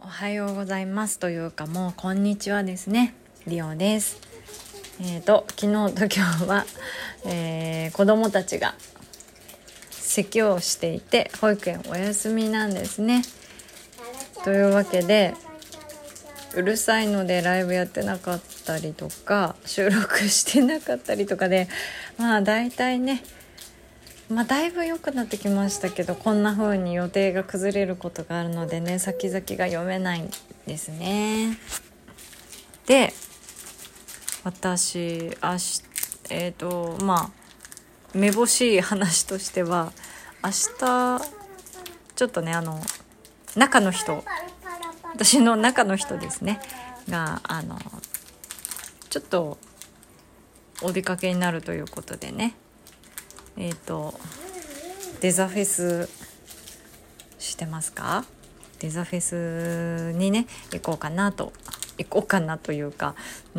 おはようございますというかもうこんにちはですね。リオです。昨日と今日は、子どもたちが咳をしていて保育園お休みなんですね。というわけでうるさいのでライブやってなかったりとか収録してなかったりとかでだいたいねだいぶ良くなってきましたけど、こんな風に予定が崩れることがあるのでね、先々が読めないんですね。で、私めぼしい話としては、明日ちょっとね私の中の人ですねがちょっとお出かけになるということでね、デザフェスしてますか？デザフェスにね行こうかなというか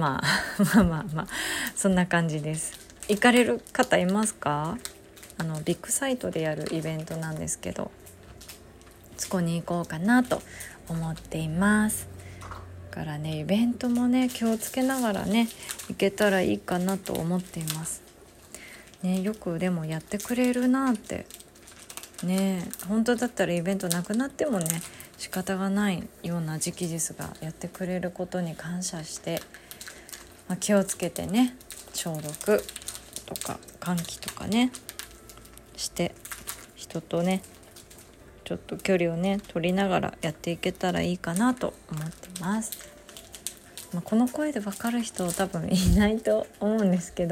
そんな感じです。行かれる方いますか？ビッグサイトでやるイベントなんですけど、そこに行こうかなと思っています。だからね、イベントもね気をつけながらね行けたらいいかなと思っていますね。よくでもやってくれるなってね。本当だったらイベントなくなってもね仕方がないような時期ですが、やってくれることに感謝して、気をつけてね、消毒とか換気とかねして人とねちょっと距離をね取りながらやっていけたらいいかなと思ってます。この声で分かる人多分いないと思うんですけど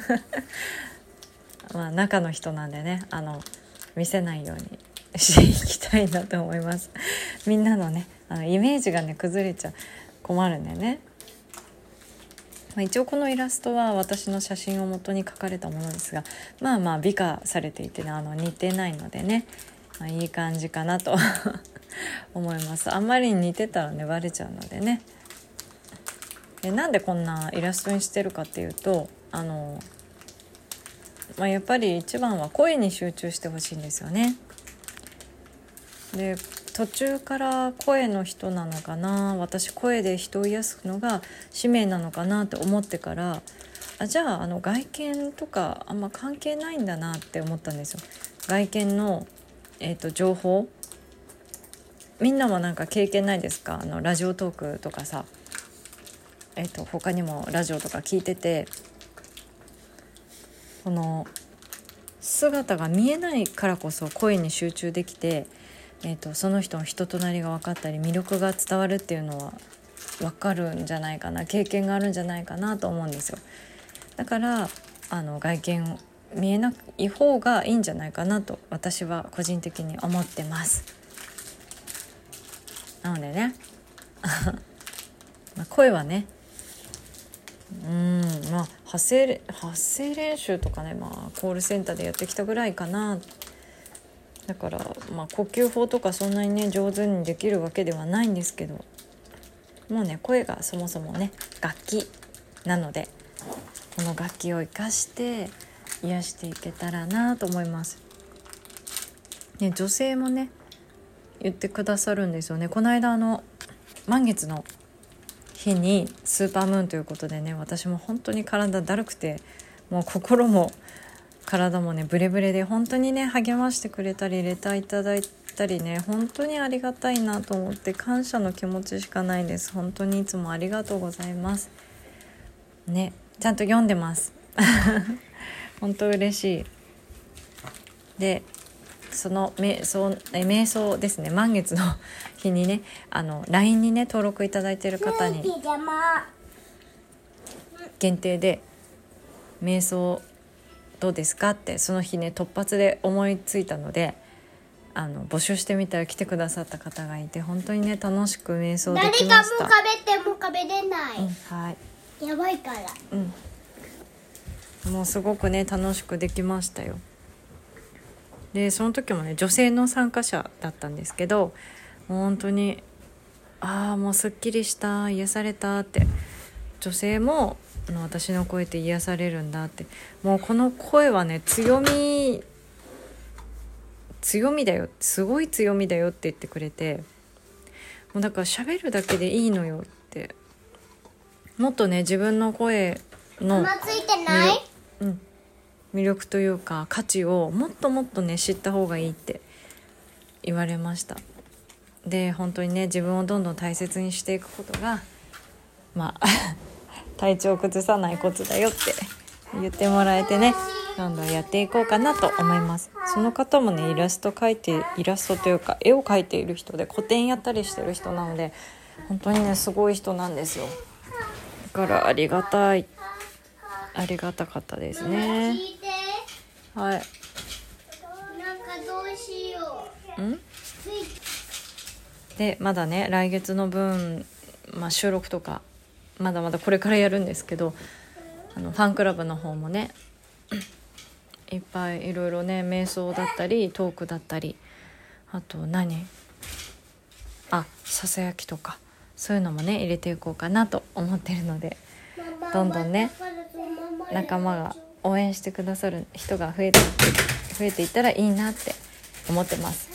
中の人なんでね、見せないようにしていきたいなと思います。みんなのねイメージがね崩れちゃ困るんでね。一応このイラストは私の写真を元に描かれたものですが、美化されていてね似てないのでね、いい感じかなと思います。あんまり似てたらねバレちゃうのでね。なんでこんなイラストにしてるかっていうと、やっぱり一番は声に集中してほしいんですよね。で、途中から声の人なのかな、私声で人を癒すのが使命なのかなって思ってから、じゃあ外見とかあんま関係ないんだなって思ったんですよ。外見の、情報、みんなもなんか経験ないですか？ラジオトークとかさ、他にもラジオとか聞いてて、この姿が見えないからこそ声に集中できて、その人の人となりが分かったり魅力が伝わるっていうのは分かるんじゃないかな、経験があるんじゃないかなと思うんですよ。だから外見見えない方がいいんじゃないかなと私は個人的に思ってます。なのでね声はね発声練習とかね、コールセンターでやってきたぐらいかな。だから呼吸法とかそんなにね上手にできるわけではないんですけど、もうね声がそもそもね楽器なので、この楽器を生かして癒していけたらなと思います。女性もね言ってくださるんですよね。この間満月の日にスーパームーンということでね、私も本当に体だるくて、もう心も体もねブレブレで、本当にね励ましてくれたりレターいただいたりね、本当にありがたいなと思って感謝の気持ちしかないです。本当にいつもありがとうございますね。ちゃんと読んでます本当嬉しい。でその瞑想ですね、満月の日にねLINE にね登録いただいている方に限定で瞑想どうですかってその日ね突発で思いついたので募集してみたら来てくださった方がいて、本当にね楽しく瞑想できました。 誰かもう壁れない、 はい、 やばいから、 もうすごくね楽しくできましたよ。でその時もね女性の参加者だったんですけど、もう本当にもうすっきりした、癒されたって、女性も私の声って癒されるんだって、もうこの声はね強みだよ、すごい強みだよって言ってくれて、 もうだから喋るだけでいいのよって、もっとね自分の声のついてない？ 魅力というか価値をもっともっとね知った方がいいって言われました。で本当にね自分をどんどん大切にしていくことが体調を崩さないコツだよって言ってもらえてね、どんどんやっていこうかなと思います。その方もねイラストというか絵を描いている人で個展やったりしてる人なので、本当にねすごい人なんですよ。だからありがたかったですね。 聞いて。 はい。 なんかどうしよう。 でまだね来月の分、収録とかまだまだこれからやるんですけど、ファンクラブの方もねいっぱいいろいろね瞑想だったりトークだったり、あとささやきとかそういうのもね入れていこうかなと思ってるので、どんどんね仲間が応援してくださる人が増えていったらいいなって思ってます。